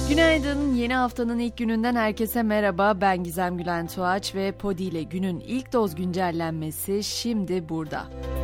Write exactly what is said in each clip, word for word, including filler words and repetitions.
Günaydın, yeni haftanın ilk gününden herkese merhaba. Ben Gizem Gülen Tuğaç ve Podi ile günün ilk doz güncellenmesi şimdi burada.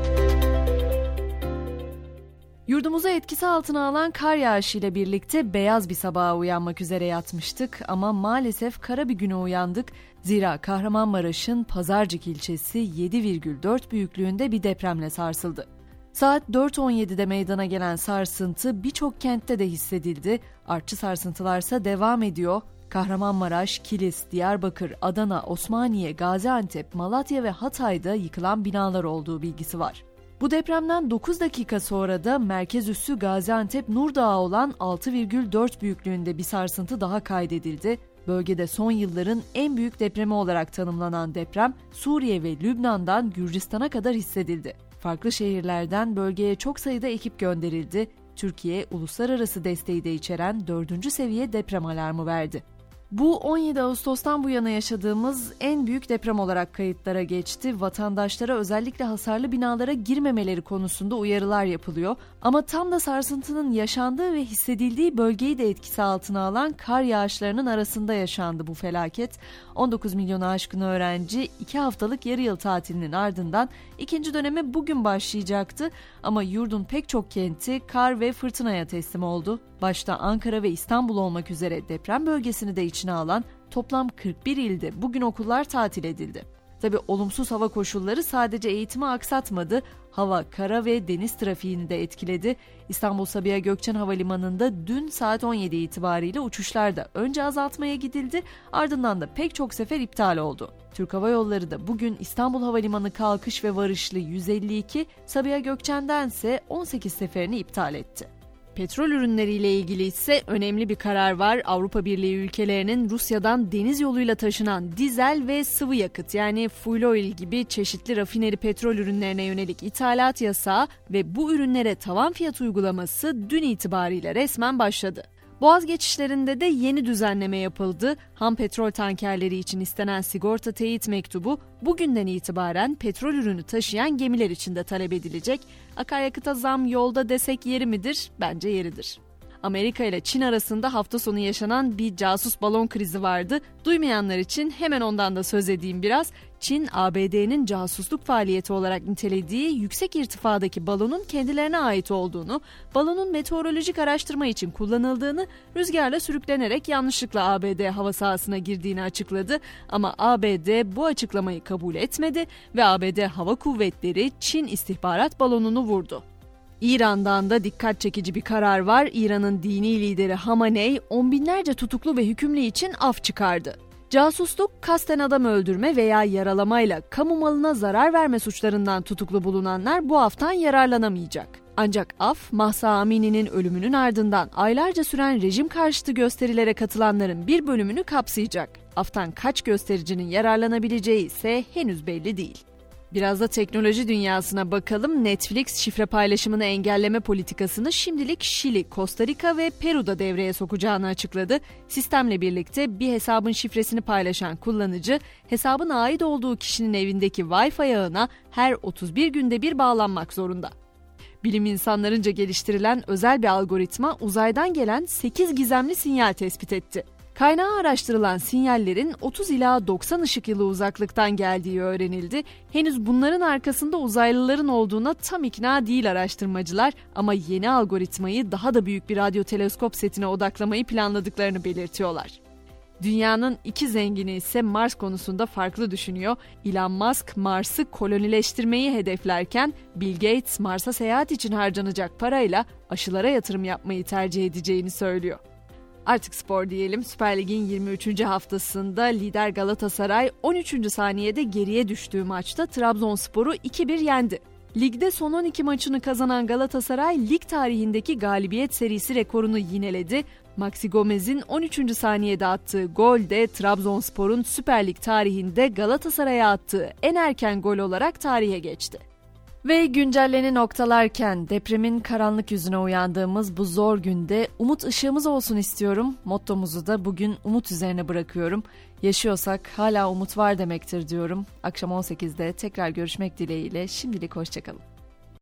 Yurdumuza etkisi altına alan kar yağışıyla birlikte beyaz bir sabaha uyanmak üzere yatmıştık ama maalesef kara bir güne uyandık. Zira Kahramanmaraş'ın Pazarcık ilçesi yedi virgül dört büyüklüğünde bir depremle sarsıldı. Saat dört on yedide meydana gelen sarsıntı birçok kentte de hissedildi. Artçı sarsıntılarsa devam ediyor. Kahramanmaraş, Kilis, Diyarbakır, Adana, Osmaniye, Gaziantep, Malatya ve Hatay'da yıkılan binalar olduğu bilgisi var. Bu depremden dokuz dakika sonra da merkez üssü Gaziantep Nurdağı olan altı virgül dört büyüklüğünde bir sarsıntı daha kaydedildi. Bölgede son yılların en büyük depremi olarak tanımlanan deprem Suriye ve Lübnan'dan Gürcistan'a kadar hissedildi. Farklı şehirlerden bölgeye çok sayıda ekip gönderildi. Türkiye, uluslararası desteği de içeren dördüncü seviye deprem alarmı verdi. Bu on yedi Ağustos'tan bu yana yaşadığımız en büyük deprem olarak kayıtlara geçti. Vatandaşlara özellikle hasarlı binalara girmemeleri konusunda uyarılar yapılıyor. Ama tam da sarsıntının yaşandığı ve hissedildiği bölgeyi de etkisi altına alan kar yağışlarının arasında yaşandı bu felaket. on dokuz milyonu aşkın öğrenci iki haftalık yarı yıl tatilinin ardından ikinci döneme bugün başlayacaktı. Ama yurdun pek çok kenti kar ve fırtınaya teslim oldu. Başta Ankara ve İstanbul olmak üzere deprem bölgesini de içine alan toplam kırk bir ilde bugün okullar tatil edildi. Tabii olumsuz hava koşulları sadece eğitimi aksatmadı. Hava, kara ve deniz trafiğini de etkiledi. İstanbul Sabiha Gökçen Havalimanı'nda dün saat on yedi itibariyle uçuşlarda önce azaltmaya gidildi, ardından da pek çok sefer iptal oldu. Türk Hava Yolları da bugün İstanbul Havalimanı kalkış ve varışlı yüz elli iki, Sabiha Gökçen'dense on sekiz seferini iptal etti. Petrol ürünleriyle ilgili ise önemli bir karar var. Avrupa Birliği ülkelerinin Rusya'dan deniz yoluyla taşınan dizel ve sıvı yakıt yani fuel oil gibi çeşitli rafineri petrol ürünlerine yönelik ithalat yasağı ve bu ürünlere tavan fiyat uygulaması dün itibariyle resmen başladı. Boğaz geçişlerinde de yeni düzenleme yapıldı. Ham petrol tankerleri için istenen sigorta teyit mektubu bugünden itibaren petrol ürünü taşıyan gemiler için de talep edilecek. Akaryakıta zam yolda desek yeri midir? Bence yeridir. Amerika ile Çin arasında hafta sonu yaşanan bir casus balon krizi vardı. Duymayanlar için hemen ondan da söz edeyim biraz. Çin, A B D'nin casusluk faaliyeti olarak nitelediği yüksek irtifadaki balonun kendilerine ait olduğunu, balonun meteorolojik araştırma için kullanıldığını, rüzgarla sürüklenerek yanlışlıkla A B D hava sahasına girdiğini açıkladı. Ama A B D bu açıklamayı kabul etmedi ve A B D Hava Kuvvetleri Çin istihbarat balonunu vurdu. İran'dan da dikkat çekici bir karar var. İran'ın dini lideri Hamenei on binlerce tutuklu ve hükümlü için af çıkardı. Casusluk, kasten adam öldürme veya yaralamayla kamu malına zarar verme suçlarından tutuklu bulunanlar bu aftan yararlanamayacak. Ancak af, Mahsa Amini'nin ölümünün ardından aylarca süren rejim karşıtı gösterilere katılanların bir bölümünü kapsayacak. Aftan kaç göstericinin yararlanabileceği ise henüz belli değil. Biraz da teknoloji dünyasına bakalım. Netflix şifre paylaşımını engelleme politikasını şimdilik Şili, Costa Rica ve Peru'da devreye sokacağını açıkladı. Sistemle birlikte bir hesabın şifresini paylaşan kullanıcı, hesabın ait olduğu kişinin evindeki Wi-Fi ağına her otuz bir günde bir bağlanmak zorunda. Bilim insanlarınca geliştirilen özel bir algoritma uzaydan gelen sekiz gizemli sinyal tespit etti. Kaynağı araştırılan sinyallerin otuz ila doksan ışık yılı uzaklıktan geldiği öğrenildi. Henüz bunların arkasında uzaylıların olduğuna tam ikna değil araştırmacılar ama yeni algoritmayı daha da büyük bir radyo teleskop setine odaklamayı planladıklarını belirtiyorlar. Dünyanın iki zengini ise Mars konusunda farklı düşünüyor. Elon Musk Mars'ı kolonileştirmeyi hedeflerken Bill Gates Mars'a seyahat için harcanacak parayla aşılara yatırım yapmayı tercih edeceğini söylüyor. Artık spor diyelim. Süper Lig'in yirmi üçüncü haftasında lider Galatasaray on üçüncü saniyede geriye düştüğü maçta Trabzonspor'u iki bir yendi. Ligde son on iki maçını kazanan Galatasaray lig tarihindeki galibiyet serisi rekorunu yineledi. Maxi Gomez'in on üçüncü saniyede attığı gol de Trabzonspor'un Süper Lig tarihinde Galatasaray'a attığı en erken gol olarak tarihe geçti. Ve güncelleni noktalarken depremin karanlık yüzüne uyandığımız bu zor günde umut ışığımız olsun istiyorum. Mottomuzu da bugün umut üzerine bırakıyorum. Yaşıyorsak hala umut var demektir diyorum. Akşam on sekizde tekrar görüşmek dileğiyle şimdilik hoşçakalın.